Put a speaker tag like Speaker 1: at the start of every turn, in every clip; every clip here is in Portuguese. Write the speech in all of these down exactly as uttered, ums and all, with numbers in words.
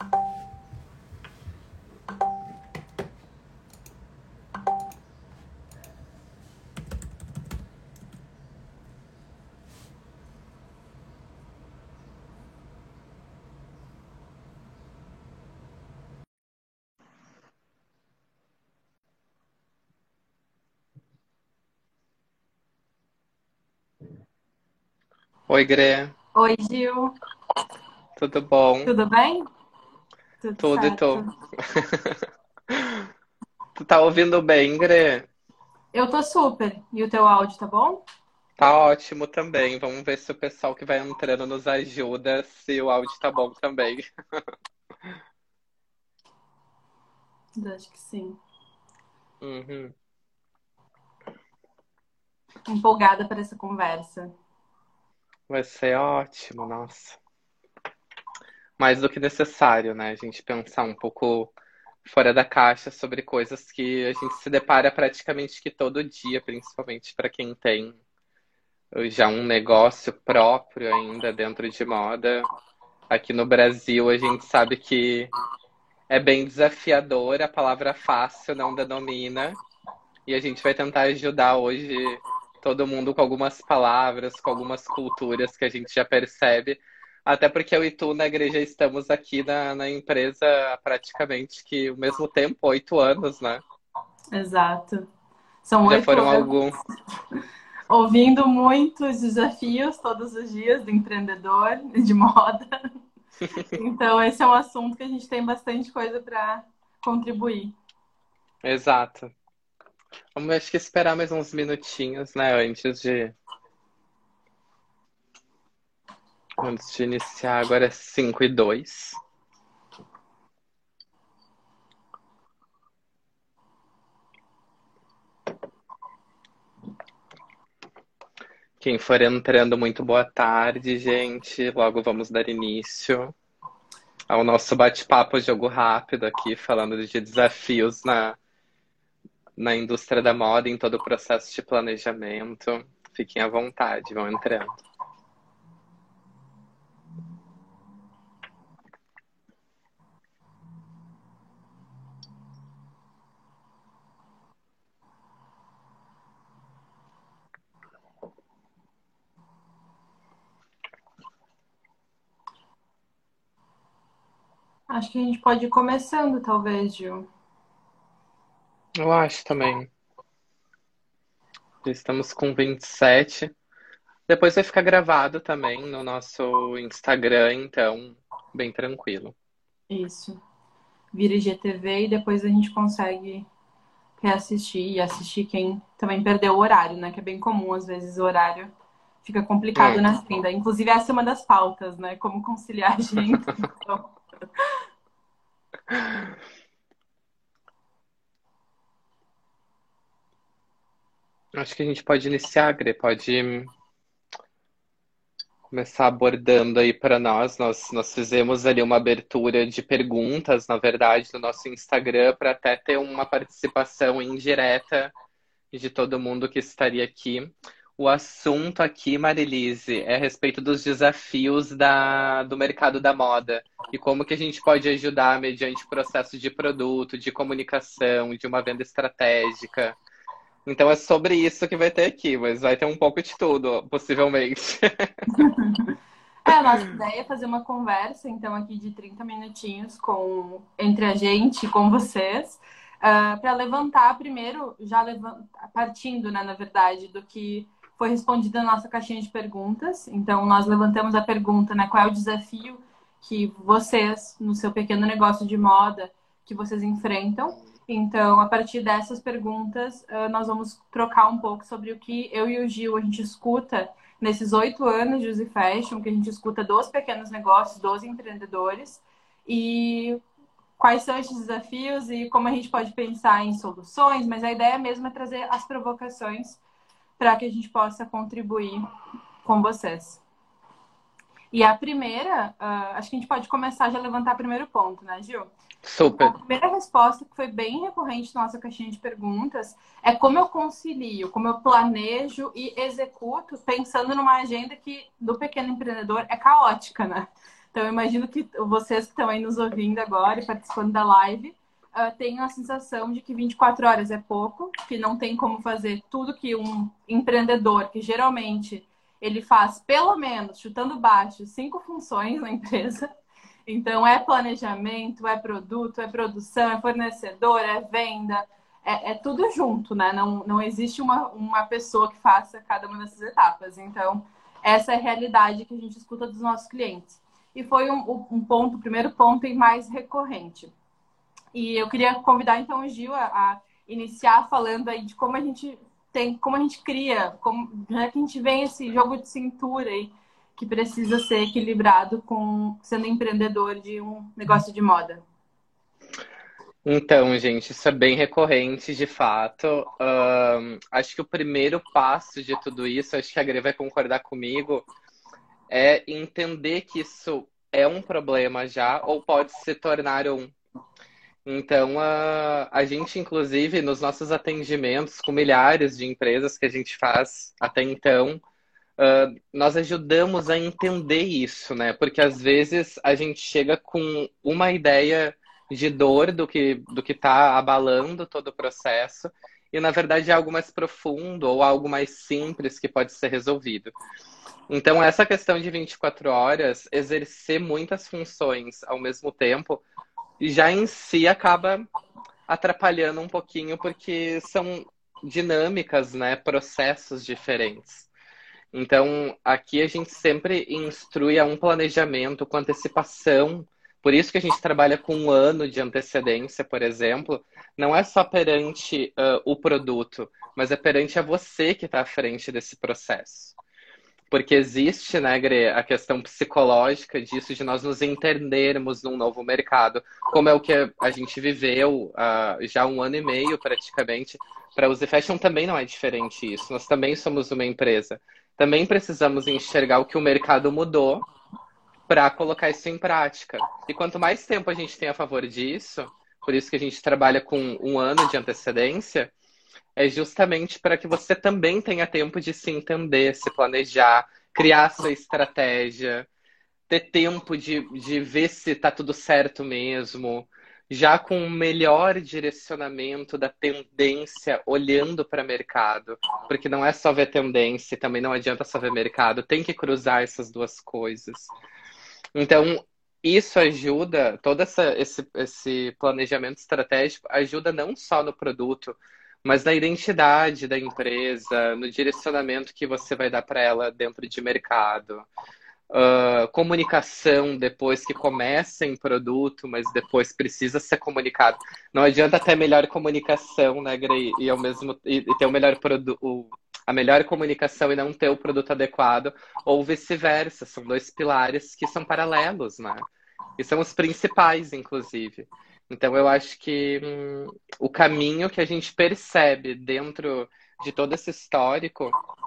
Speaker 1: Oi, Grê,
Speaker 2: Oi, Gil.
Speaker 1: tudo bom?
Speaker 2: Tudo bem? Tudo
Speaker 1: Tudo e tu?
Speaker 2: certo.
Speaker 1: Tu tá ouvindo bem, Grê?
Speaker 2: Eu tô super. E o teu áudio tá bom?
Speaker 1: Tá ótimo também. Vamos ver se o pessoal que vai entrando nos ajuda, se o áudio tá bom também.
Speaker 2: Acho que sim.
Speaker 1: Uhum.
Speaker 2: Empolgada para essa conversa.
Speaker 1: Vai ser ótimo, nossa. Mais do que necessário, né? A gente pensar um pouco fora da caixa sobre coisas que a gente se depara praticamente que todo dia, principalmente para quem tem já um negócio próprio ainda dentro de moda. Aqui no Brasil, a gente sabe que é bem desafiador, a palavra fácil não denomina, e a gente vai tentar ajudar hoje todo mundo com algumas palavras, com algumas culturas que a gente já percebe. Até porque eu e tu, na igreja, estamos aqui na, na empresa há praticamente que o mesmo tempo, oito anos, né?
Speaker 2: Exato. São
Speaker 1: Já
Speaker 2: oito
Speaker 1: foram
Speaker 2: anos
Speaker 1: algum.
Speaker 2: ouvindo muitos desafios todos os dias do empreendedor de moda. Então, esse é um assunto que a gente tem bastante coisa para contribuir.
Speaker 1: Exato. Vamos acho que esperar mais uns minutinhos, né? Antes de, antes de iniciar. Agora é cinco e dois. Quem for entrando, muito boa tarde, gente. Logo vamos dar início ao nosso bate-papo jogo rápido aqui, falando de desafios na, na indústria da moda, em todo o processo de planejamento. Fiquem à vontade, vão entrando.
Speaker 2: Acho que a gente pode ir começando, talvez, Gil.
Speaker 1: Eu acho também. Já estamos com vinte e sete. Depois vai ficar gravado também no nosso Instagram, então, bem tranquilo.
Speaker 2: Isso. Vira I G T V e depois a gente consegue reassistir e assistir quem também perdeu o horário, né? Que é bem comum, às vezes, o horário fica complicado
Speaker 1: Hum.
Speaker 2: na agenda. Inclusive, essa é uma das pautas, né? Como conciliar a agenda. Então,
Speaker 1: Acho que a gente pode iniciar, Gre, pode começar abordando aí para nós. nós. Nós fizemos ali uma abertura de perguntas, na verdade, no nosso Instagram, para até ter uma participação indireta de todo mundo que estaria aqui. O assunto aqui, Marilise, é a respeito dos desafios da, do mercado da moda e como que a gente pode ajudar mediante processo de produto, de comunicação, de uma venda estratégica. Então é sobre isso que vai ter aqui, mas vai ter um pouco de tudo, possivelmente.
Speaker 2: é, a nossa ideia é fazer uma conversa, então, aqui de trinta minutinhos com, entre a gente e com vocês, uh, para levantar primeiro, já levant, partindo, né, na verdade, do que foi respondido na nossa caixinha de perguntas. Então, nós levantamos a pergunta, né, qual é o desafio que vocês, no seu pequeno negócio de moda, que vocês enfrentam. Então, a partir dessas perguntas, uh, nós vamos trocar um pouco sobre o que eu e o Gil a gente escuta nesses oito anos de Use Fashion, que a gente escuta dos pequenos negócios, dos empreendedores, e quais são esses desafios e como a gente pode pensar em soluções, mas a ideia mesmo é trazer as provocações para que a gente possa contribuir com vocês. E a primeira, uh, acho que a gente pode começar já a levantar o primeiro ponto, né, Gil? A
Speaker 1: Super.
Speaker 2: primeira resposta, que foi bem recorrente na nossa caixinha de perguntas, é como eu concilio, como eu planejo e executo, pensando numa agenda que, do pequeno empreendedor, é caótica, né? Então, eu imagino que vocês que estão aí nos ouvindo agora e participando da live uh, tenham a sensação de que vinte e quatro horas é pouco, que não tem como fazer tudo que um empreendedor, que geralmente ele faz, pelo menos, chutando baixo, cinco funções na empresa. Então, é planejamento, é produto, é produção, é fornecedor, é venda, é, é tudo junto, né? Não, não existe uma, uma pessoa que faça cada uma dessas etapas. Então, essa é a realidade que a gente escuta dos nossos clientes. E foi um, um ponto, o primeiro ponto e mais recorrente. E eu queria convidar, então, o Gil a, a iniciar falando aí de como a gente tem, como a gente cria, como, já que a gente vem esse jogo de cintura aí, que precisa ser equilibrado com sendo empreendedor de um negócio de moda.
Speaker 1: Então, gente, isso é bem recorrente, de fato. Ahn, acho que o primeiro passo de tudo isso, acho que a Gre vai concordar comigo, é entender que isso é um problema já, ou pode se tornar um. Então, a, a gente, inclusive, nos nossos atendimentos com milhares de empresas que a gente faz até então, ah, nós ajudamos a entender isso, né? Porque às vezes a gente chega com uma ideia de dor do que do que está abalando todo o processo, e na verdade é algo mais profundo ou algo mais simples que pode ser resolvido. Então, essa questão de vinte e quatro horas, exercer muitas funções ao mesmo tempo, já em si acaba atrapalhando um pouquinho, porque são dinâmicas, né? Processos diferentes. Então, aqui a gente sempre instrui a um planejamento com antecipação. Por isso que a gente trabalha com um ano de antecedência, por exemplo. Não é só perante uh, o produto, mas é perante a você que está à frente desse processo. Porque existe, né, Gre, a questão psicológica disso, de nós nos entendermos num novo mercado, como é o que a gente viveu uh, já há um ano e meio, praticamente. Para a Uzi Fashion também não é diferente isso. Nós também somos uma empresa. Também precisamos enxergar o que o mercado mudou para colocar isso em prática. E quanto mais tempo a gente tem a favor disso, por isso que a gente trabalha com um ano de antecedência, é justamente para que você também tenha tempo de se entender, se planejar, criar sua estratégia, ter tempo de, de ver se está tudo certo mesmo, já com um melhor direcionamento da tendência, olhando para o mercado, porque não é só ver tendência, também não adianta só ver mercado, tem que cruzar essas duas coisas. Então, isso ajuda, todo essa, esse, esse planejamento estratégico ajuda não só no produto, mas na identidade da empresa, no direcionamento que você vai dar para ela dentro de mercado. Uh, comunicação depois que começa em produto, mas depois precisa ser comunicado. Não adianta ter melhor comunicação, né, Grey, e ao mesmo e, e ter o melhor produto, a melhor comunicação e não ter o produto adequado, ou vice-versa. São dois pilares que são paralelos, né? E são os principais, inclusive. Então, eu acho que hum, o caminho que a gente percebe dentro de todo esse histórico,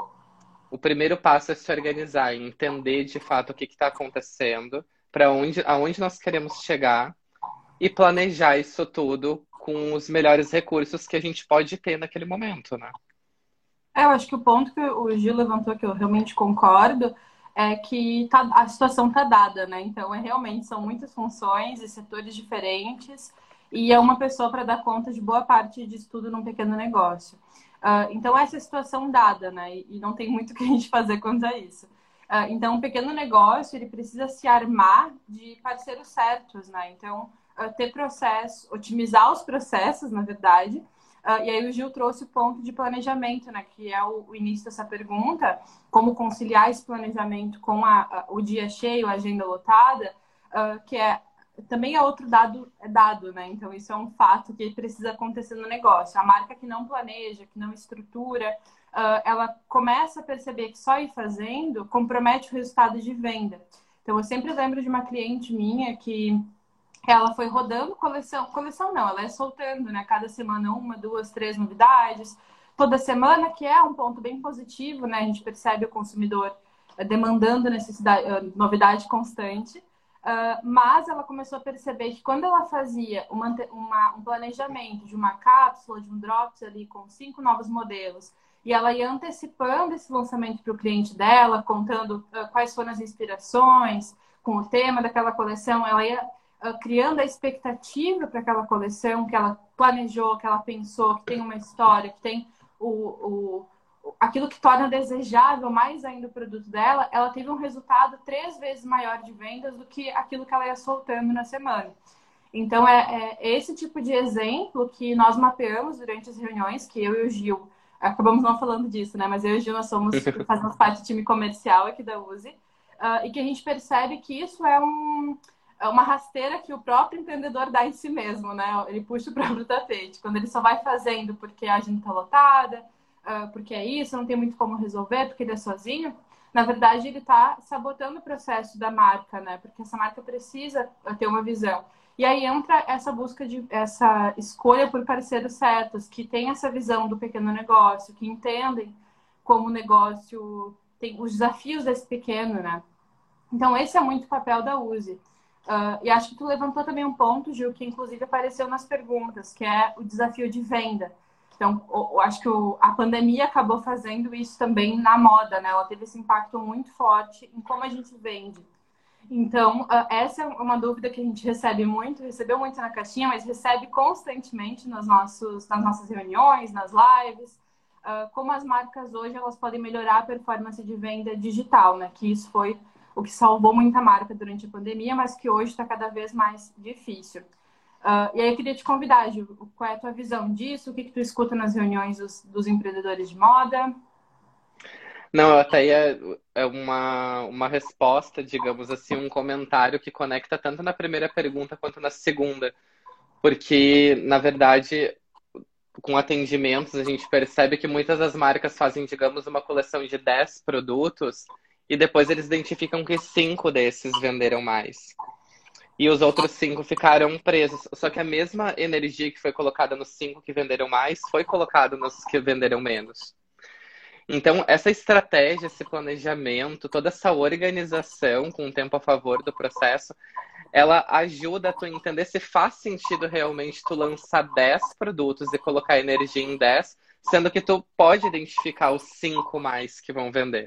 Speaker 1: o primeiro passo é se organizar e entender de fato o que está acontecendo, para onde, aonde nós queremos chegar e planejar isso tudo com os melhores recursos que a gente pode ter naquele momento, né?
Speaker 2: É, eu acho que o ponto que o Gil levantou, que eu realmente concordo, é que tá, a situação está dada, né? Então, é, realmente são muitas funções e setores diferentes, e é uma pessoa para dar conta de boa parte disso tudo num pequeno negócio. Uh, então, essa é a situação dada, né? E, e não tem muito o que a gente fazer quanto a isso. Uh, então, um pequeno negócio, ele precisa se armar de parceiros certos, né? Então, uh, ter processo, otimizar os processos, na verdade. Uh, e aí o Gil trouxe o ponto de planejamento, né? Que é o, o início dessa pergunta, como conciliar esse planejamento com a, a, o dia cheio, a agenda lotada, uh, que é também é outro dado, é dado, né? Então, isso é um fato que precisa acontecer no negócio. A marca que não planeja, que não estrutura, uh, ela começa a perceber que só ir fazendo compromete o resultado de venda. Então, eu sempre lembro de uma cliente minha que ela foi rodando coleção, coleção não, ela é soltando, né? Cada semana uma, duas, três novidades. Toda semana, que é um ponto bem positivo, né? A gente percebe o consumidor demandando necessidade, novidade constante. Uh, mas ela começou a perceber que quando ela fazia uma, uma, um planejamento de uma cápsula, de um drops ali com cinco novos modelos, e ela ia antecipando esse lançamento para o cliente dela, contando uh, quais foram as inspirações, com o tema daquela coleção, ela ia uh, criando a expectativa para aquela coleção que ela planejou, que ela pensou, que tem uma história, que tem o, o, aquilo que torna desejável mais ainda o produto dela, ela teve um resultado três vezes maior de vendas do que aquilo que ela ia soltando na semana. Então, é, é esse tipo de exemplo que nós mapeamos durante as reuniões, que eu e o Gil, acabamos não falando disso, né? Mas eu e o Gil, nós somos, fazemos parte do time comercial aqui da Uzi, uh, e que a gente percebe que isso é um, é uma rasteira que o próprio empreendedor dá em si mesmo, né? Ele puxa o próprio tapete. Quando ele só vai fazendo porque a agenda está lotada, uh, porque é isso, não tem muito como resolver, porque ele é sozinho, na verdade, ele está sabotando o processo da marca, né? Porque essa marca precisa ter uma visão. E aí entra essa busca de essa escolha por parceiros certos, que tem essa visão do pequeno negócio, que entendem como o negócio tem os desafios desse pequeno, né? Então, esse é muito o papel da Uzi. Uh, e acho que tu levantou também um ponto, Gil, que inclusive apareceu nas perguntas, que é o desafio de venda. Então, eu acho que a pandemia acabou fazendo isso também na moda, né? Ela teve esse impacto muito forte em como a gente vende. Então, essa é uma dúvida que a gente recebe muito, recebeu muito na caixinha, mas recebe constantemente nos nossos, nas nossas reuniões, nas lives, como as marcas hoje elas podem melhorar a performance de venda digital, né? Que isso foi o que salvou muita marca durante a pandemia, mas que hoje está cada vez mais difícil. Uh, e aí eu queria te convidar, Gil, qual é a tua visão disso? O que, que tu escuta nas reuniões dos, dos empreendedores de moda?
Speaker 1: Não, até ia, é uma, uma resposta, digamos assim, um comentário que conecta tanto na primeira pergunta quanto na segunda. Porque, na verdade, com atendimentos, a gente percebe que muitas das marcas fazem, digamos, uma coleção de dez produtos e depois eles identificam que cinco desses venderam mais. E os outros cinco ficaram presos. Só que a mesma energia que foi colocada nos cinco que venderam mais foi colocada nos que venderam menos. Então, essa estratégia, esse planejamento, toda essa organização com o tempo a favor do processo, ela ajuda a tu entender se faz sentido realmente tu lançar dez produtos e colocar energia em dez, sendo que tu pode identificar os cinco mais que vão vender.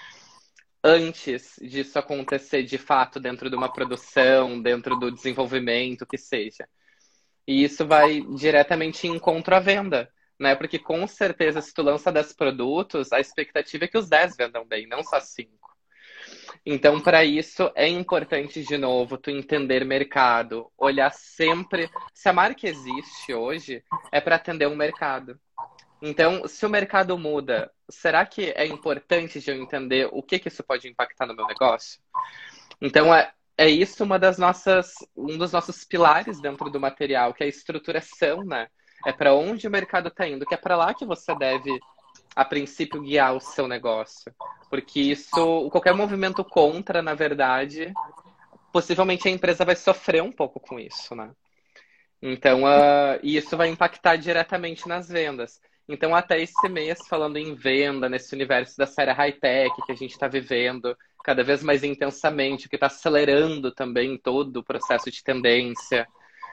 Speaker 1: Antes disso acontecer de fato dentro de uma produção, dentro do desenvolvimento, que seja. E isso vai diretamente em encontro à venda. Né? Porque com certeza, se tu lança dez produtos, a expectativa é que os dez vendam bem, não só cinco. Então, para isso, é importante, de novo, tu entender mercado, olhar sempre... Se a marca existe hoje, é para atender um mercado. Então, se o mercado muda, será que é importante de eu entender o que, que isso pode impactar no meu negócio? Então, é, é isso uma das nossas, um dos nossos pilares dentro do material, que é a estruturação, né? É para onde o mercado está indo, que é para lá que você deve, a princípio, guiar o seu negócio. Porque isso, qualquer movimento contra, na verdade, possivelmente a empresa vai sofrer um pouco com isso, né? Então, uh, isso vai impactar diretamente nas vendas. Então, até esse mês, falando em venda, nesse universo da série high-tech que a gente está vivendo cada vez mais intensamente, que está acelerando também todo o processo de tendência.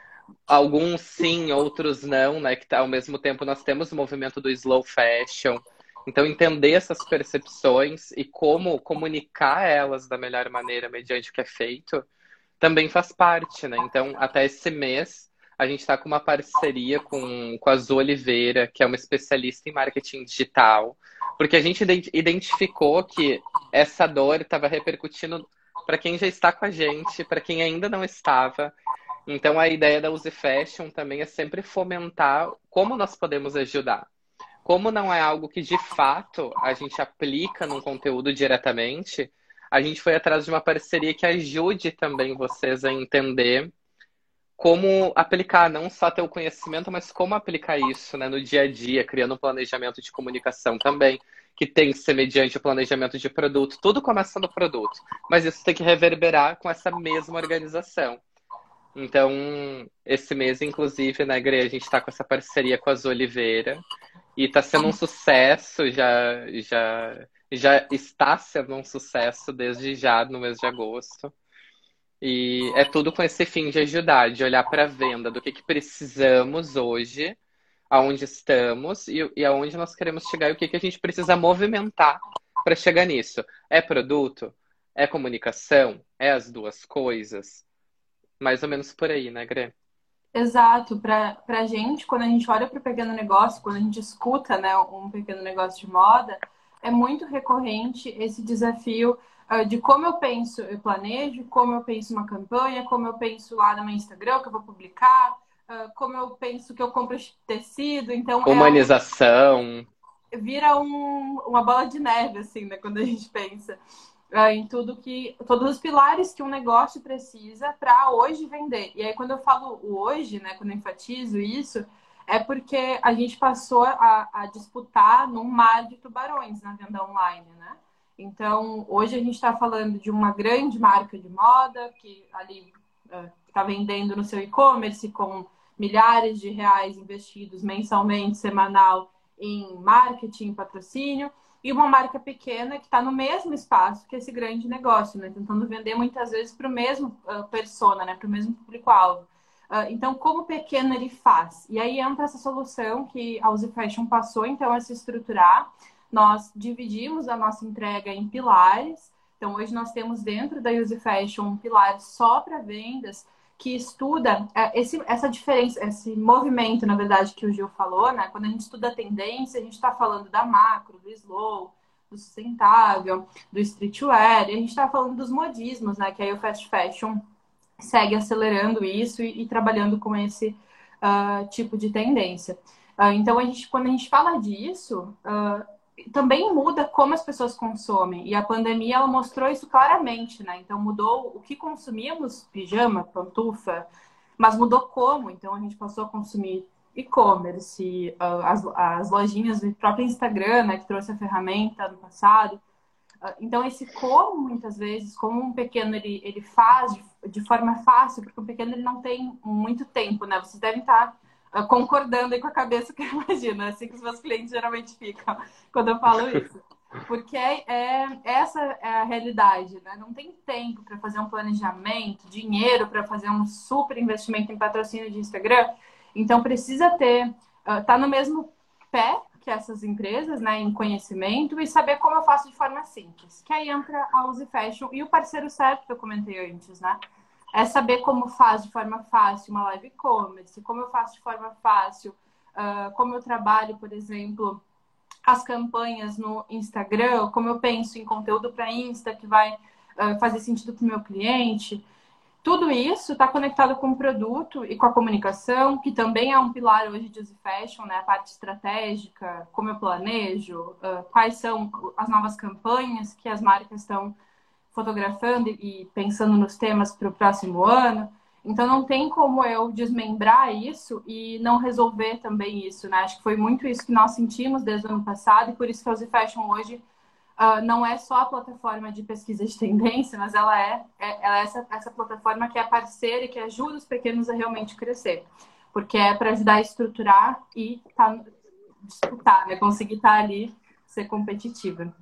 Speaker 1: Alguns sim, outros não, né? Que ao mesmo tempo nós temos o movimento do slow fashion. Então, entender essas percepções e como comunicar elas da melhor maneira mediante o que é feito, também faz parte, né? Então, até esse mês, a gente está com uma parceria com, com a Azul Oliveira, que é uma especialista em marketing digital, porque a gente identificou que essa dor estava repercutindo para quem já está com a gente, para quem ainda não estava. Então, a ideia da Uzi Fashion também é sempre fomentar como nós podemos ajudar. Como não é algo que, de fato, a gente aplica num conteúdo diretamente, a gente foi atrás de uma parceria que ajude também vocês a entender como aplicar, não só ter o conhecimento, mas como aplicar isso, né, no dia a dia, criando um planejamento de comunicação também, que tem que ser mediante o planejamento de produto. Tudo começa no produto, mas isso tem que reverberar com essa mesma organização. Então, esse mês, inclusive, né, Gre, a gente está com essa parceria com a Azul Oliveira e está sendo um sucesso, já, já, já está sendo um sucesso desde já no mês de agosto. E é tudo com esse fim de ajudar, de olhar para a venda, do que, que precisamos hoje, aonde estamos e, e aonde nós queremos chegar e o que, que a gente precisa movimentar para chegar nisso. É produto? É comunicação? É as duas coisas? Mais ou menos por aí, né, Grê?
Speaker 2: Exato, para para gente, quando a gente olha para o pequeno negócio, quando a gente escuta, né, um pequeno negócio de moda, é muito recorrente esse desafio uh, de como eu penso, eu planejo, como eu penso uma campanha, como eu penso lá no meu Instagram que eu vou publicar, uh, como eu penso que eu compro tecido. Então é algo
Speaker 1: Humanização.
Speaker 2: vira um, uma bola de neve, assim, né? Quando a gente pensa uh, em tudo que. Todos os pilares que um negócio precisa para hoje vender. E aí, quando eu falo o hoje, né? Quando eu enfatizo isso, é porque a gente passou a, a disputar num mar de tubarões na venda online, né? Então, hoje a gente está falando de uma grande marca de moda que ali está uh, vendendo no seu e-commerce com milhares de reais investidos mensalmente, semanal, em marketing, patrocínio, e uma marca pequena que está no mesmo espaço que esse grande negócio, né? Tentando vender muitas vezes para o mesmo uh, persona, né? Para o mesmo público-alvo. Uh, então, como pequeno ele faz? E aí entra essa solução que a Uzi Fashion passou, então, a se estruturar. Nós dividimos a nossa entrega em pilares. Então, hoje nós temos dentro da Uzi Fashion um pilar só para vendas, que estuda esse, essa diferença, esse movimento, na verdade, que o Gil falou, né? Quando a gente estuda a tendência, a gente está falando da macro, do slow, do sustentável, do streetwear, e a gente está falando dos modismos, né? Que aí o fast fashion segue acelerando isso e, e trabalhando com esse uh, tipo de tendência. Uh, então, a gente, quando a gente fala disso, uh, também muda como as pessoas consomem. E a pandemia, ela mostrou isso claramente, né? Então, mudou o que consumíamos, pijama, pantufa, mas mudou como. Então, a gente passou a consumir e-commerce, as, as lojinhas do próprio Instagram, né? Que trouxe a ferramenta no passado. Então, esse como, muitas vezes, como um pequeno ele, ele faz de, de forma fácil, porque o pequeno ele não tem muito tempo, né? Vocês devem estar uh, concordando aí com a cabeça que eu imagino, é assim que os meus clientes geralmente ficam quando eu falo isso. Porque é, é, essa é a realidade, né? Não tem tempo para fazer um planejamento, dinheiro para fazer um super investimento em patrocínio de Instagram. Então, precisa ter, uh, tá no mesmo pé que essas empresas, né, em conhecimento e saber como eu faço de forma simples. Que aí entra a Uzi Fashion e o parceiro certo que eu comentei antes, né? É saber como faz de forma fácil uma live e-commerce, como eu faço de forma fácil, uh, como eu trabalho, por exemplo, as campanhas no Instagram, como eu penso em conteúdo para Insta que vai uh, fazer sentido para o meu cliente. Tudo isso está conectado com o produto e com a comunicação, que também é um pilar hoje de Uzi Fashion, né? A parte estratégica, como eu planejo, uh, quais são as novas campanhas que as marcas estão fotografando e pensando nos temas para o próximo ano. Então, não tem como eu desmembrar isso e não resolver também isso, né? Acho que foi muito isso que nós sentimos desde o ano passado e por isso que a Uzi Fashion hoje Uh, não é só a plataforma de pesquisa de tendência, mas ela é, é, ela é essa, essa plataforma que é parceira e que ajuda os pequenos a realmente crescer. Porque é para ajudar a estruturar e tá, disputar, né? Conseguir estar ali, ser competitiva.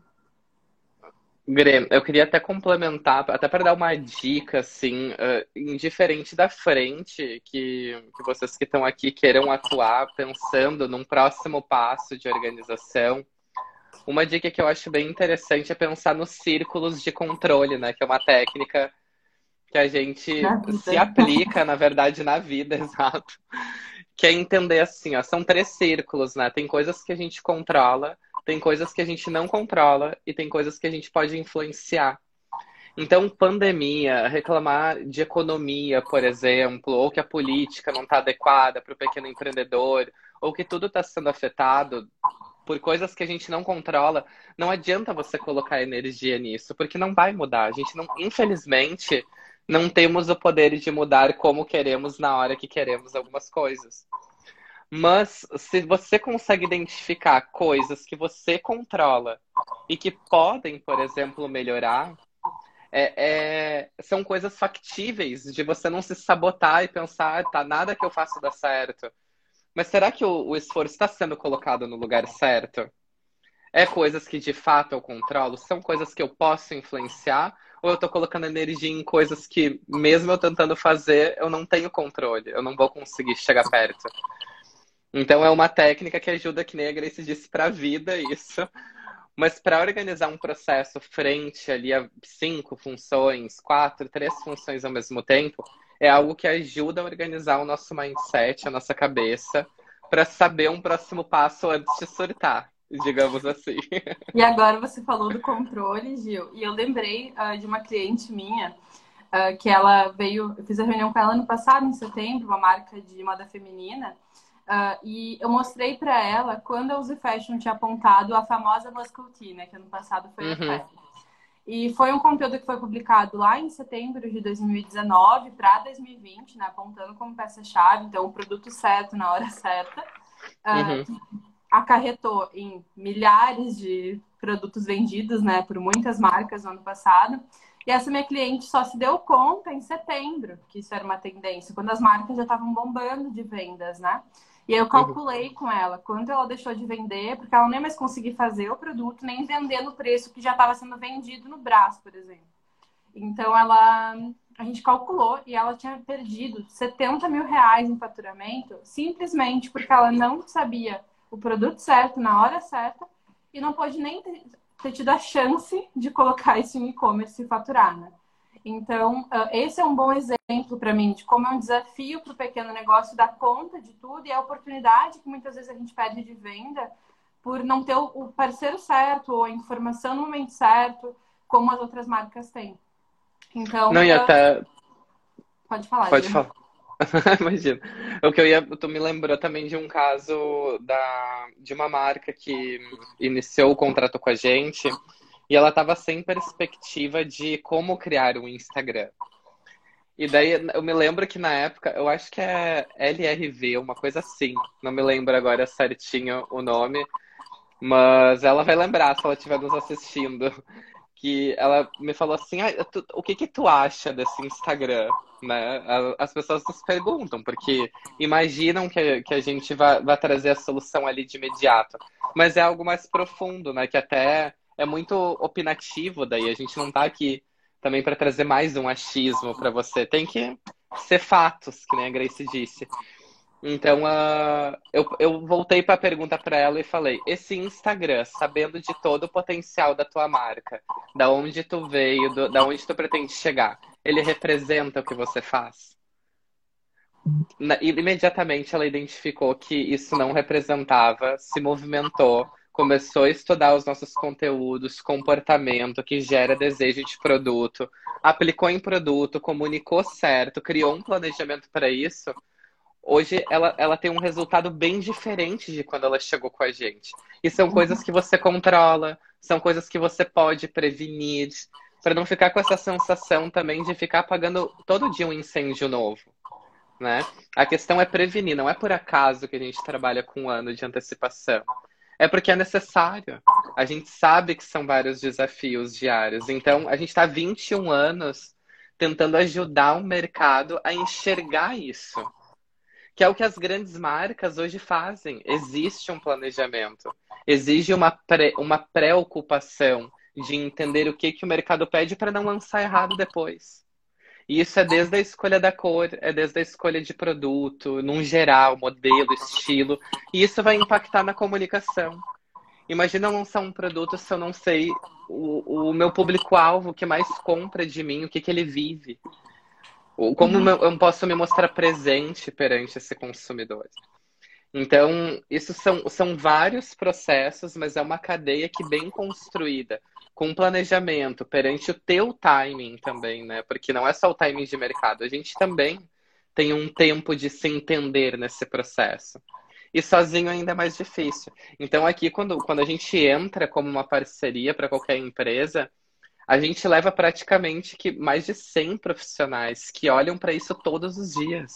Speaker 1: Grê, eu queria até complementar, até para dar uma dica, assim, uh, indiferente da frente, que, que vocês que estão aqui queiram atuar pensando num próximo passo de organização. Uma dica que eu acho bem interessante é pensar nos círculos de controle, né? Que é uma técnica que a gente
Speaker 2: Na
Speaker 1: se
Speaker 2: vida.
Speaker 1: aplica, na verdade, na vida, exato. Que é entender assim, ó, são três círculos, né? Tem coisas que a gente controla, tem coisas que a gente não controla e tem coisas que a gente pode influenciar. Então, pandemia, reclamar de economia, por exemplo, ou que a política não está adequada para o pequeno empreendedor, ou que tudo está sendo afetado por coisas que a gente não controla, não adianta você colocar energia nisso, porque não vai mudar. A gente não, infelizmente, não temos o poder de mudar como queremos na hora que queremos algumas coisas. Mas se você consegue identificar coisas que você controla e que podem, por exemplo, melhorar, é, é, são coisas factíveis de você não se sabotar e pensar, tá, nada que eu faço dá certo. Mas será que o, o esforço está sendo colocado no lugar certo? É coisas que de fato eu controlo? São coisas que eu posso influenciar? Ou eu estou colocando energia em coisas que, mesmo eu tentando fazer, eu não tenho controle, eu não vou conseguir chegar perto? Então é uma técnica que ajuda, que nem a Grace disse, para a vida isso. Mas para organizar um processo frente ali a cinco funções, quatro, três funções ao mesmo tempo, é algo que ajuda a organizar o nosso mindset, a nossa cabeça, para saber um próximo passo antes de surtar, digamos assim.
Speaker 2: E agora você falou do controle, Gil, e eu lembrei uh, de uma cliente minha, uh, que ela veio, eu fiz a reunião com ela no passado, em setembro, uma marca de moda feminina, uh, e eu mostrei para ela quando a Uzi Fashion tinha apontado a famosa Muscle Tee, né, que ano passado foi a
Speaker 1: Uhum.
Speaker 2: festa. E foi um conteúdo que foi publicado lá em setembro de dois mil e dezenove para dois mil e vinte, né, apontando como peça-chave, então o produto certo na hora certa. Uh,
Speaker 1: Uhum.
Speaker 2: Acarretou em milhares de produtos vendidos, né, por muitas marcas no ano passado. E essa minha cliente só se deu conta em setembro que isso era uma tendência, quando as marcas já estavam bombando de vendas, né? E aí eu
Speaker 1: Uhum.
Speaker 2: calculei com ela quanto ela deixou de vender, porque ela nem mais conseguia fazer o produto, nem vender no preço que já estava sendo vendido no braço, por exemplo. Então ela, a gente calculou e ela tinha perdido setenta mil reais em faturamento, simplesmente porque ela não sabia o produto certo na hora certa e não pôde nem ter, ter tido a chance de colocar isso em e-commerce e faturar, né? Então, esse é um bom exemplo para mim de como é um desafio para o pequeno negócio dar conta de tudo e a oportunidade que muitas vezes a gente perde de venda por não ter o parceiro certo ou a informação no momento certo, como as outras marcas têm. Então,
Speaker 1: Não, e
Speaker 2: uh,
Speaker 1: até.
Speaker 2: pode falar,
Speaker 1: Pode
Speaker 2: Gil.
Speaker 1: falar. Imagina. O que eu ia. Tu me lembrou também de um caso da, de uma marca que iniciou o contrato com a gente e ela estava sem perspectiva de como criar um Instagram. E daí eu me lembro que na época, eu acho que é L R V, uma coisa assim. Não me lembro agora certinho o nome, mas ela vai lembrar se ela estiver nos assistindo. Que ela me falou assim, ah, tu- o que que tu acha desse Instagram? Né? A- As pessoas nos perguntam, porque imaginam que, a- que a gente vai, vai trazer a solução ali de imediato. Mas é algo mais profundo, né? Que até é muito opinativo daí. A gente não tá aqui também para trazer mais um achismo para você. Tem que ser fatos, que nem a Grace disse. Então, ah, eu, eu voltei para a pergunta para ela e falei: esse Instagram, sabendo de todo o potencial da tua marca, da onde tu veio, do- da onde tu pretende chegar, ele representa o que você faz? Na- e imediatamente ela identificou que isso não representava, se movimentou, começou a estudar os nossos conteúdos, comportamento que gera desejo de produto, aplicou em produto, comunicou certo, criou um planejamento para isso. Hoje ela, ela tem um resultado bem diferente de quando ela chegou com a gente. E são coisas que você controla, são coisas que você pode prevenir, para não ficar com essa sensação também de ficar apagando todo dia um incêndio novo, né? A questão é prevenir, não é por acaso que a gente trabalha com um ano de antecipação. É porque é necessário. A gente sabe que são vários desafios diários. Então, a gente está há vinte e um anos tentando ajudar o mercado a enxergar isso, que é o que as grandes marcas hoje fazem. Existe um planejamento, exige uma, pré, uma preocupação de entender o que, que o mercado pede para não lançar errado depois. E isso é desde a escolha da cor, é desde a escolha de produto, num geral, modelo, estilo. E isso vai impactar na comunicação. Imagina eu lançar um produto se eu não sei o, o meu público-alvo que mais compra de mim, o que, que ele vive. Como
Speaker 2: Uhum.
Speaker 1: eu posso me mostrar presente perante esse consumidor? Então, isso são, são vários processos, mas é uma cadeia que bem construída, com planejamento, perante o teu timing também, né? Porque não é só o timing de mercado, a gente também tem um tempo de se entender nesse processo. E sozinho ainda é mais difícil. Então, aqui, quando, quando a gente entra como uma parceria para qualquer empresa, a gente leva praticamente que mais de cem profissionais que olham para isso todos os dias.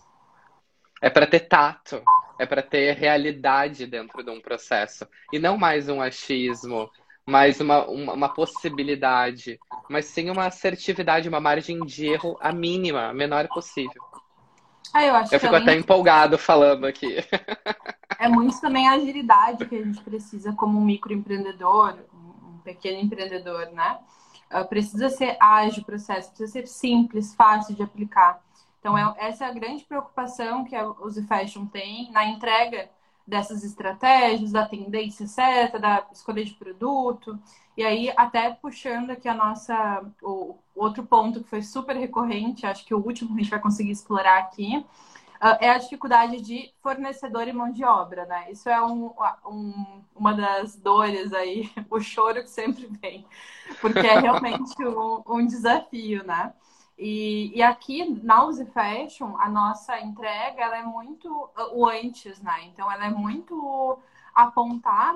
Speaker 1: É para ter tato, é para ter realidade dentro de um processo. E não mais um achismo, mais uma, uma, uma possibilidade, mas sim uma assertividade, uma margem de erro a mínima, a menor possível.
Speaker 2: Ah, eu acho
Speaker 1: Eu
Speaker 2: que
Speaker 1: fico até
Speaker 2: além
Speaker 1: empolgado falando aqui.
Speaker 2: é muito também a agilidade que a gente precisa como um microempreendedor, um pequeno empreendedor, né? Uh, precisa ser ágil o processo, precisa ser simples, fácil de aplicar. Então, é, essa é a grande preocupação que a Uzi Fashion tem na entrega dessas estratégias, da tendência certa, da escolha de produto. E aí, até puxando aqui a nossa, o outro ponto que foi super recorrente, acho que o último que a gente vai conseguir explorar aqui, Uh, é a dificuldade de fornecedor e mão de obra, né? Isso é um, um, uma das dores aí, o choro que sempre vem, porque é realmente um, um desafio, né? E, e aqui na Uzi Fashion, a nossa entrega, ela é muito uh, o antes, né? Então, ela é muito apontar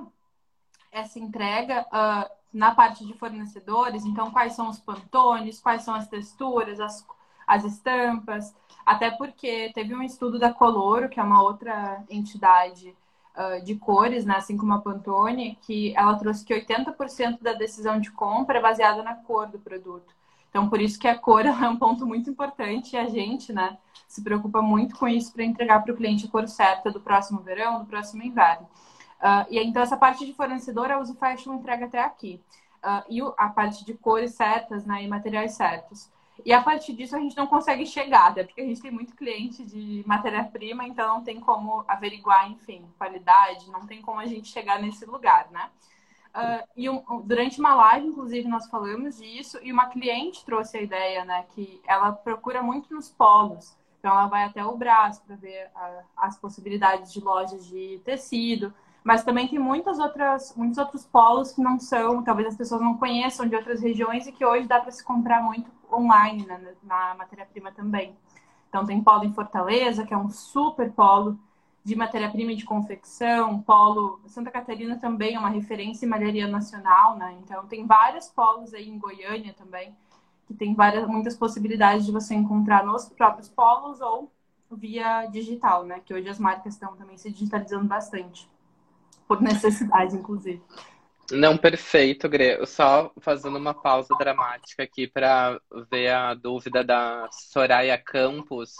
Speaker 2: essa entrega uh, na parte de fornecedores. Então, quais são os pantones, quais são as texturas, as, as estampas. Até porque teve um estudo da Coloro, que é uma outra entidade uh, de cores, né, assim como a Pantone, que ela trouxe que oitenta por cento da decisão de compra é baseada na cor do produto. Então, por isso que a cor é um ponto muito importante e a gente, né, se preocupa muito com isso para entregar para o cliente a cor certa do próximo verão, do próximo inverno. Uh, e então, essa parte de fornecedor, a Uzi Fashion entrega até aqui. Uh, e a parte de cores certas, né, e materiais certos. E a partir disso a gente não consegue chegar, até porque a gente tem muito cliente de matéria-prima, então não tem como averiguar, enfim, qualidade, não tem como a gente chegar nesse lugar, né? Uh, e um, durante uma live, inclusive, nós falamos disso, e uma cliente trouxe a ideia, né, que ela procura muito nos polos. Então ela vai até o Brás para ver a, as possibilidades de lojas de tecido, mas também tem muitas outras, muitos outros polos que não são, talvez as pessoas não conheçam de outras regiões e que hoje dá para se comprar muito online, né, na matéria-prima também. Então tem polo em Fortaleza, que é um super polo de matéria-prima e de confecção, polo Santa Catarina também é uma referência em malharia nacional, né? Então tem vários polos aí em Goiânia também, que tem várias, muitas possibilidades de você encontrar nos próprios polos ou via digital, né? Que hoje as marcas estão também se digitalizando bastante. Por necessidade, inclusive.
Speaker 1: Não, perfeito, Gre. Só fazendo uma pausa dramática aqui para ver a dúvida da Soraya Campos.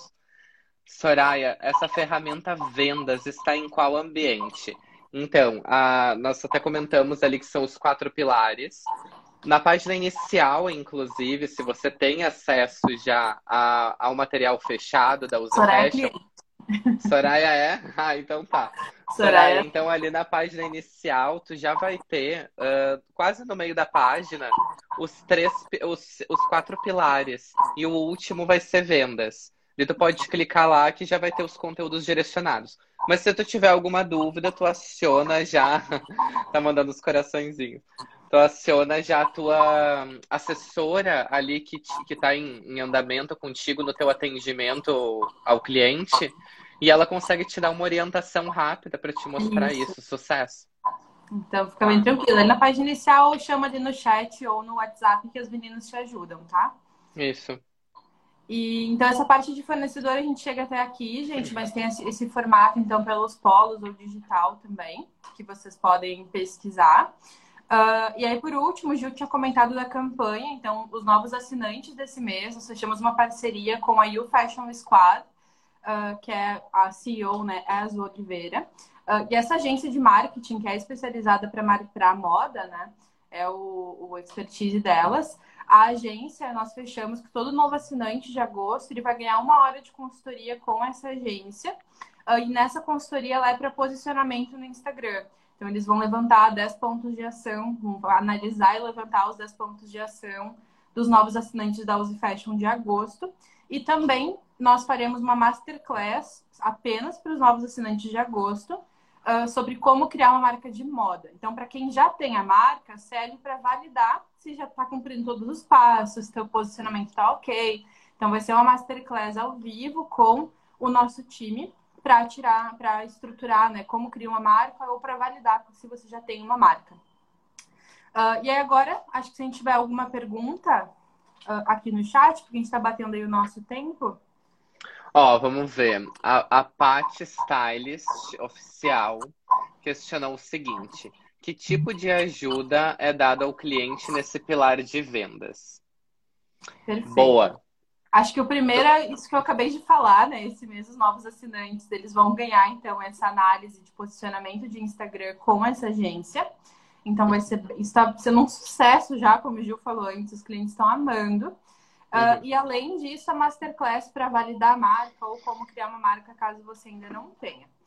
Speaker 1: Soraya, essa ferramenta vendas está em qual ambiente? Então, a, nós até comentamos ali que são os quatro pilares. Na página inicial, inclusive, se você tem acesso já a, ao material fechado da Uzi
Speaker 2: Soraya é
Speaker 1: Fashion,
Speaker 2: cliente.
Speaker 1: Soraya é? Ah, então tá. Soraya,
Speaker 2: Soraya.
Speaker 1: então ali na página inicial, tu já vai ter, uh, quase no meio da página, os três, os, os quatro pilares. E o último vai ser vendas. E tu pode clicar lá que já vai ter os conteúdos direcionados. Mas se tu tiver alguma dúvida, tu aciona já. Tá mandando os coraçõezinhos. Tu aciona já a tua assessora ali que, que tá em, em andamento contigo no teu atendimento ao cliente. E ela consegue te dar uma orientação rápida para te mostrar isso. isso. Sucesso.
Speaker 2: Então, fica bem tranquilo. Ali na página inicial, chama ali no chat ou no WhatsApp que os meninos te ajudam, tá?
Speaker 1: Isso.
Speaker 2: E, então, essa parte de fornecedor a gente chega até aqui, gente, mas tem esse, esse formato, então, pelos polos ou digital também, que vocês podem pesquisar. Uh, e aí, por último, o Gil tinha comentado da campanha, então, os novos assinantes desse mês, nós fechamos uma parceria com a You Fashion Squad, uh, que é a C E O, né, Azu Oliveira. Uh, e essa agência de marketing, que é especializada para moda, né, é o, o expertise delas. A agência, nós fechamos que todo novo assinante de agosto, ele vai ganhar uma hora de consultoria com essa agência. Uh, e nessa consultoria, ela é para posicionamento no Instagram. Então, eles vão levantar dez pontos de ação, vão analisar e levantar os dez pontos de ação dos novos assinantes da Uzi Fashion de agosto. E também nós faremos uma masterclass apenas para os novos assinantes de agosto uh, sobre como criar uma marca de moda. Então, para quem já tem a marca, serve para validar se já está cumprindo todos os passos, se o posicionamento está ok. Então, vai ser uma masterclass ao vivo com o nosso time para tirar, para estruturar, né, como criar uma marca ou para validar se você já tem uma marca. Uh, e aí agora, acho que se a gente tiver alguma pergunta uh, aqui no chat, porque a gente está batendo aí o nosso tempo.
Speaker 1: Ó, vamos ver. A, a Paty Stylist oficial questionou o seguinte: que tipo de ajuda é dada ao cliente nesse pilar de vendas?
Speaker 2: Perfeito.
Speaker 1: Boa.
Speaker 2: Acho que o primeiro é isso que eu acabei de falar, né? Esse mês, os novos assinantes, eles vão ganhar, então, essa análise de posicionamento de Instagram com essa agência. Então, vai ser, está sendo um sucesso já, como o Gil falou antes, os clientes estão amando. Uh, uhum. E, além disso, a Masterclass para validar a marca ou como criar uma marca, caso você ainda não tenha.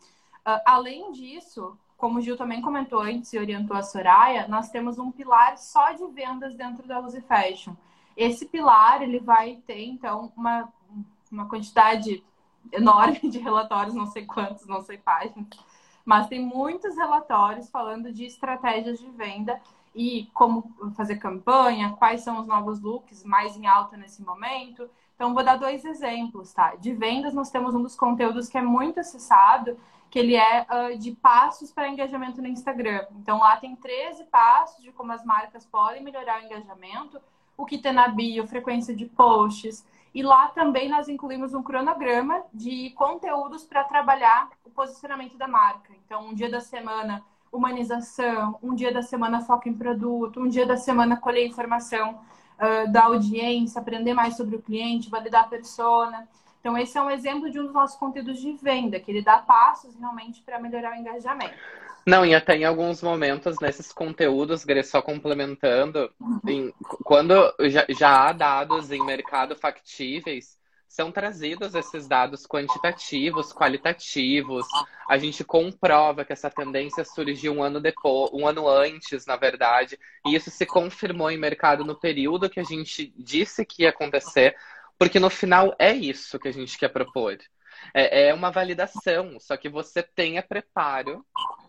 Speaker 2: Uh, além disso, como o Gil também comentou antes e orientou a Soraya, nós temos um pilar só de vendas dentro da Luzy Fashion. Esse pilar, ele vai ter, então, uma, uma quantidade enorme de relatórios, não sei quantos, não sei páginas, mas tem muitos relatórios falando de estratégias de venda e como fazer campanha, quais são os novos looks mais em alta nesse momento. Então, vou dar dois exemplos, tá? De vendas, nós temos um dos conteúdos que é muito acessado, que ele é uh, de passos para engajamento no Instagram. Então, lá tem treze passos de como as marcas podem melhorar o engajamento, o que tem na bio, frequência de posts. E lá também nós incluímos um cronograma de conteúdos para trabalhar o posicionamento da marca. Então, um dia da semana, humanização, um dia da semana, foco em produto, um dia da semana, colher informação uh, da audiência, aprender mais sobre o cliente, validar a persona. Então, esse é um exemplo de um dos nossos conteúdos de venda, que ele dá passos realmente para melhorar o engajamento.
Speaker 1: Não, e até em alguns momentos nesses conteúdos, Gre, só complementando, em, quando já, já há dados em mercado factíveis, são trazidos esses dados quantitativos, qualitativos. A gente comprova que essa tendência surgiu um ano depois, um ano antes, na verdade, e isso se confirmou em mercado no período que a gente disse que ia acontecer, porque no final é isso que a gente quer propor. É, é uma validação, só que você tenha preparo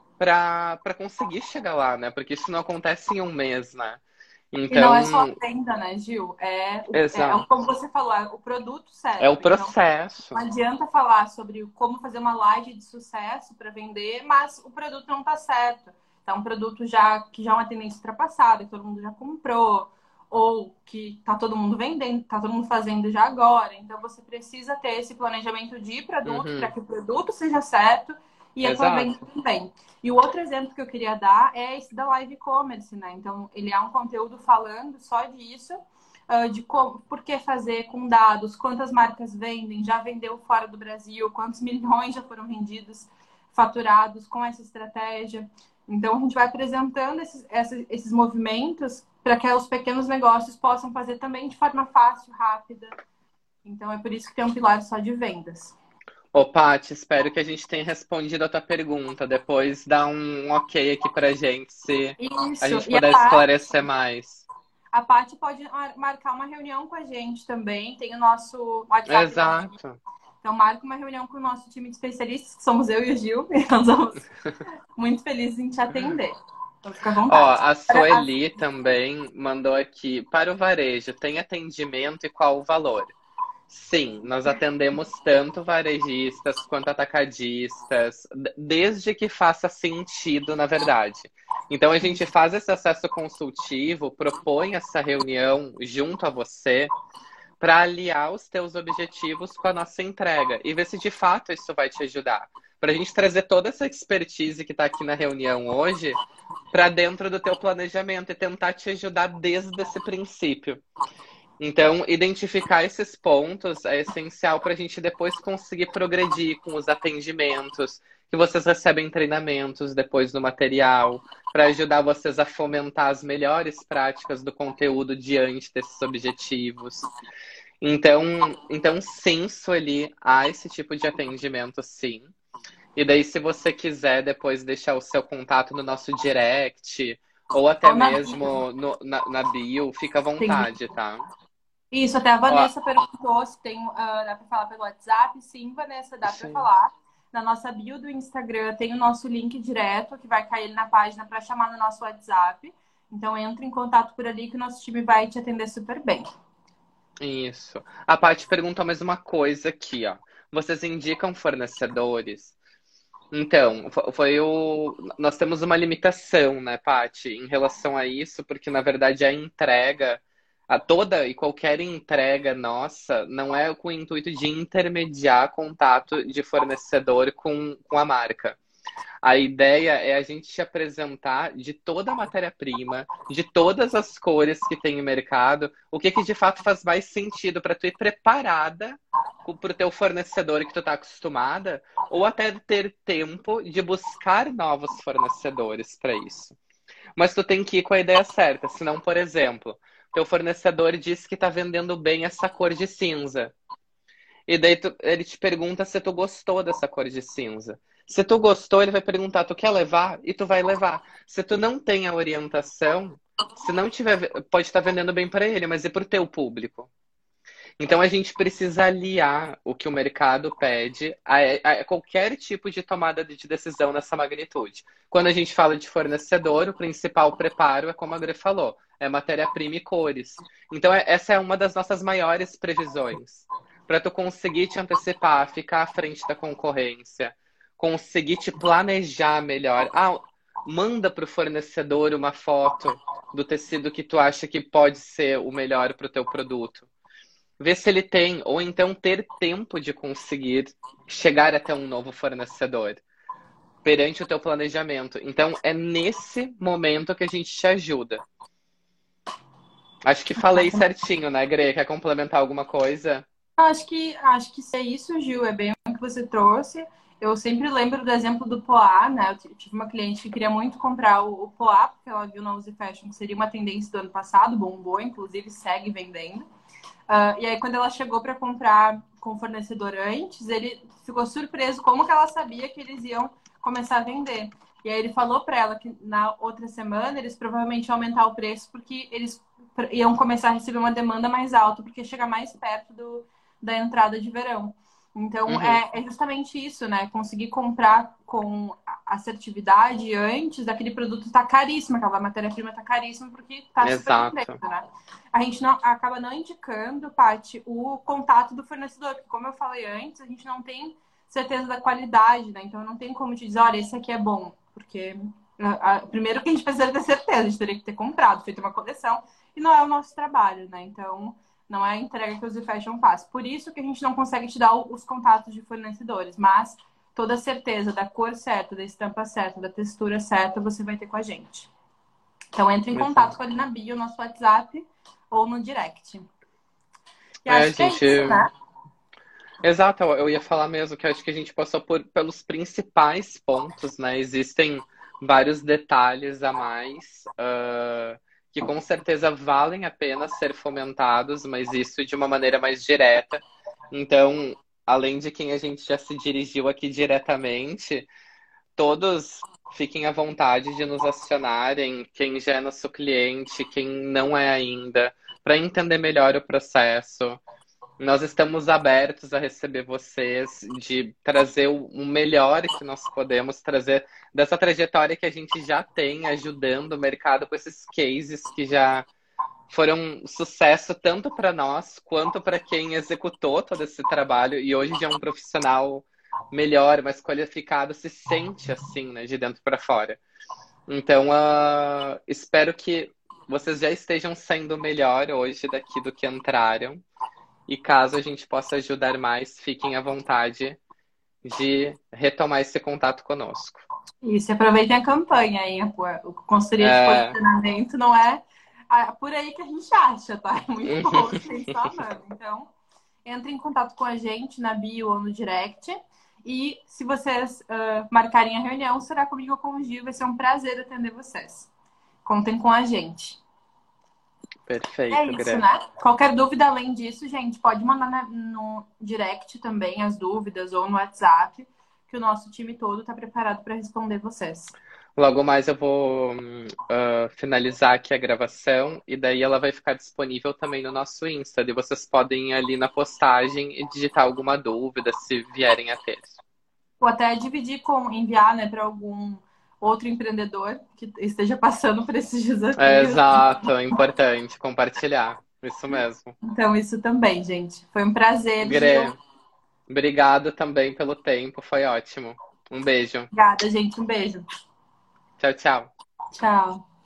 Speaker 1: para conseguir chegar lá, né? Porque isso não acontece em um mês, né?
Speaker 2: E não é
Speaker 1: Então,
Speaker 2: só a venda, né, Gil? É, o- é, é o-
Speaker 1: exato.
Speaker 2: como você falou, é o produto
Speaker 1: É o
Speaker 2: certo. Então,
Speaker 1: processo.
Speaker 2: não adianta falar sobre como fazer uma live de sucesso para vender, mas o produto não está certo. Então, um produto já que já é uma tendência ultrapassada, que todo mundo já comprou, ou que está todo mundo vendendo, está todo mundo fazendo já agora. Então, você precisa ter esse planejamento de produto para
Speaker 1: Uhum.
Speaker 2: que o produto seja certo e a tua venda
Speaker 1: Exato.
Speaker 2: também. E o outro exemplo que eu queria dar é esse da live e-commerce, né? Então, ele é um conteúdo falando só disso, uh, de como, por que fazer com dados, quantas marcas vendem, já vendeu fora do Brasil, quantos milhões já foram vendidos, faturados com essa estratégia. Então, a gente vai apresentando esses, esses, esses movimentos para que os pequenos negócios possam fazer também de forma fácil, rápida. Então, é por isso que tem um pilar só de vendas.
Speaker 1: Ô, Paty, espero que a gente tenha respondido a tua pergunta. Depois dá um ok aqui pra gente, se a
Speaker 2: Isso.
Speaker 1: gente
Speaker 2: E a
Speaker 1: puder esclarecer mais.
Speaker 2: A Paty pode marcar uma reunião com a gente também. Tem o nosso WhatsApp da equipe.
Speaker 1: Exato.
Speaker 2: Então, marca uma reunião com o nosso time de especialistas, que somos eu e o Gil. E nós vamos muito felizes em te atender. Então, fica à
Speaker 1: Ó,
Speaker 2: vontade.
Speaker 1: a Sueli também mandou aqui. Para o varejo, tem atendimento e qual o valor? Sim, nós atendemos tanto varejistas quanto atacadistas, d- desde que faça sentido, na verdade. Então a gente faz esse acesso consultivo, propõe essa reunião junto a você para aliar os teus objetivos com a nossa entrega e ver se de fato isso vai te ajudar. Para a gente trazer toda essa expertise que está aqui na reunião hoje para dentro do teu planejamento e tentar te ajudar desde esse princípio. Então, identificar esses pontos é essencial para a gente depois conseguir progredir com os atendimentos, que vocês recebem treinamentos depois do material, para ajudar vocês a fomentar as melhores práticas do conteúdo diante desses objetivos. Então, então sim, Sueli, há esse tipo de atendimento, sim. E daí, se você quiser depois deixar o seu contato no nosso direct, ou até
Speaker 2: Ou na bio.
Speaker 1: mesmo no- na, na bio, fica à
Speaker 2: Tem-
Speaker 1: vontade, tá?
Speaker 2: Isso, até a
Speaker 1: Ó,
Speaker 2: Vanessa perguntou se tem, ah, dá para falar pelo WhatsApp. Sim, Vanessa, dá para
Speaker 1: sim.
Speaker 2: falar. Na nossa bio do Instagram tem o nosso link direto, que vai cair na página para chamar no nosso WhatsApp. Então, entra em contato por ali que o nosso time vai te atender super bem.
Speaker 1: Isso. A Paty perguntou mais uma coisa aqui, ó. Vocês indicam fornecedores? Então, fo- foi o. Nós temos uma limitação, né, Paty, em relação a isso, porque na verdade a entrega, a toda e qualquer entrega nossa, não é com o intuito de intermediar contato de fornecedor com, com a marca. A ideia é a gente te apresentar de toda a matéria-prima, de todas as cores que tem no mercado, o que que de fato faz mais sentido para tu ir preparada para o teu fornecedor que tu tá acostumada, ou até ter tempo de buscar novos fornecedores para isso. Mas tu tem que ir com a ideia certa, senão, por exemplo, teu fornecedor diz que tá vendendo bem essa cor de cinza. E daí tu- ele te pergunta se tu gostou dessa cor de cinza. Se tu gostou, ele vai perguntar, tu quer levar? E tu vai levar. Se tu não tem a orientação, se não tiver, pode estar vendendo bem para ele, mas e pro teu público? Então a gente precisa aliar o que o mercado pede a, a qualquer tipo de tomada de decisão nessa magnitude. Quando a gente fala de fornecedor, o principal preparo é como a Gre falou, é matéria-prima e cores. Então é- essa é uma das nossas maiores previsões. Para tu conseguir te antecipar, ficar à frente da concorrência, conseguir te planejar melhor. Ah, manda para o fornecedor uma foto do tecido que tu acha que pode ser o melhor para o teu produto. Ver se ele tem, ou então ter tempo de conseguir chegar até um novo fornecedor perante o teu planejamento. Então, é nesse momento que a gente te ajuda. Acho que falei certinho, né, Gre? Quer complementar alguma coisa?
Speaker 2: Acho que, acho que é isso, Gil, é bem o que você trouxe. Eu sempre lembro do exemplo do Poá, né? Eu tive uma cliente que queria muito comprar o, o Poá, porque ela viu na Uzi Fashion que seria uma tendência do ano passado, bombou, inclusive segue vendendo. Uh, e aí, quando ela chegou para comprar com o fornecedor antes, ele ficou surpreso como que ela sabia que eles iam começar a vender. E aí ele falou para ela que na outra semana eles provavelmente iam aumentar o preço porque eles iam começar a receber uma demanda mais alta, porque chega mais perto do, da entrada de verão. Então,
Speaker 1: Uhum.
Speaker 2: é, é justamente isso, né? Conseguir comprar com assertividade antes daquele produto estar tá caríssimo, aquela matéria-prima tá caríssima porque tá super no
Speaker 1: Exato.
Speaker 2: preço, né? A gente não, acaba não indicando, Paty, o contato do fornecedor, porque como eu falei antes, a gente não tem certeza da qualidade, né? Então, não tem como te dizer, olha, esse aqui é bom, porque a, a, primeiro que a gente precisa ter certeza, a gente teria que ter comprado, feito uma coleção, e não é o nosso trabalho, né? Então, não é a entrega que o Z Fashion faz. Por isso que a gente não consegue te dar os contatos de fornecedores, mas toda a certeza da cor certa, da estampa certa, da textura certa, você vai ter com a gente. Então, entre em contato com a na bio, nosso WhatsApp ou no direct. E
Speaker 1: É, a
Speaker 2: acho que é
Speaker 1: gente.
Speaker 2: isso, né?
Speaker 1: Exato, eu ia falar mesmo que eu acho que a gente passou por, pelos principais pontos, né? Existem vários detalhes a mais, uh, que com certeza valem a pena ser fomentados, mas isso de uma maneira mais direta. Então, além de quem a gente já se dirigiu aqui diretamente, todos fiquem à vontade de nos acionarem, quem já é nosso cliente, quem não é ainda, para entender melhor o processo. Nós estamos abertos a receber vocês, de trazer o melhor que nós podemos trazer dessa trajetória que a gente já tem, ajudando o mercado com esses cases que já foram um sucesso tanto para nós quanto para quem executou todo esse trabalho e hoje já é um profissional melhor, mais qualificado, se sente assim, né, de dentro para fora. Então, uh, espero que vocês já estejam sendo melhor hoje daqui do que entraram. E caso a gente possa ajudar mais, fiquem à vontade de retomar esse contato conosco.
Speaker 2: Isso, aproveitem a campanha, hein? O consultoria de
Speaker 1: É...
Speaker 2: posicionamento não é por aí que a gente acha, tá? É muito bom, gente só amando. Então, entre em contato com a gente na bio ou no direct. E se vocês uh, marcarem a reunião, será comigo ou com o Gil. Vai ser um prazer atender vocês. Contem com a gente.
Speaker 1: Perfeito,
Speaker 2: É isso,
Speaker 1: Greg.
Speaker 2: né? Qualquer dúvida além disso, gente, pode mandar no direct também as dúvidas ou no WhatsApp, que o nosso time todo está preparado para responder vocês.
Speaker 1: Logo mais eu vou uh, finalizar aqui a gravação e daí ela vai ficar disponível também no nosso Insta. E vocês podem ir ali na postagem e digitar alguma dúvida se vierem a ter.
Speaker 2: Ou até dividir com, enviar, né, para algum outro empreendedor que esteja passando por esses desafios.
Speaker 1: É, exato, é importante compartilhar. Isso mesmo.
Speaker 2: Então, isso também, gente. Foi um prazer,
Speaker 1: Gre,
Speaker 2: Gil.
Speaker 1: obrigado também pelo tempo, foi ótimo. Um beijo.
Speaker 2: Obrigada, gente. Um beijo.
Speaker 1: Tchau, tchau.
Speaker 2: Tchau.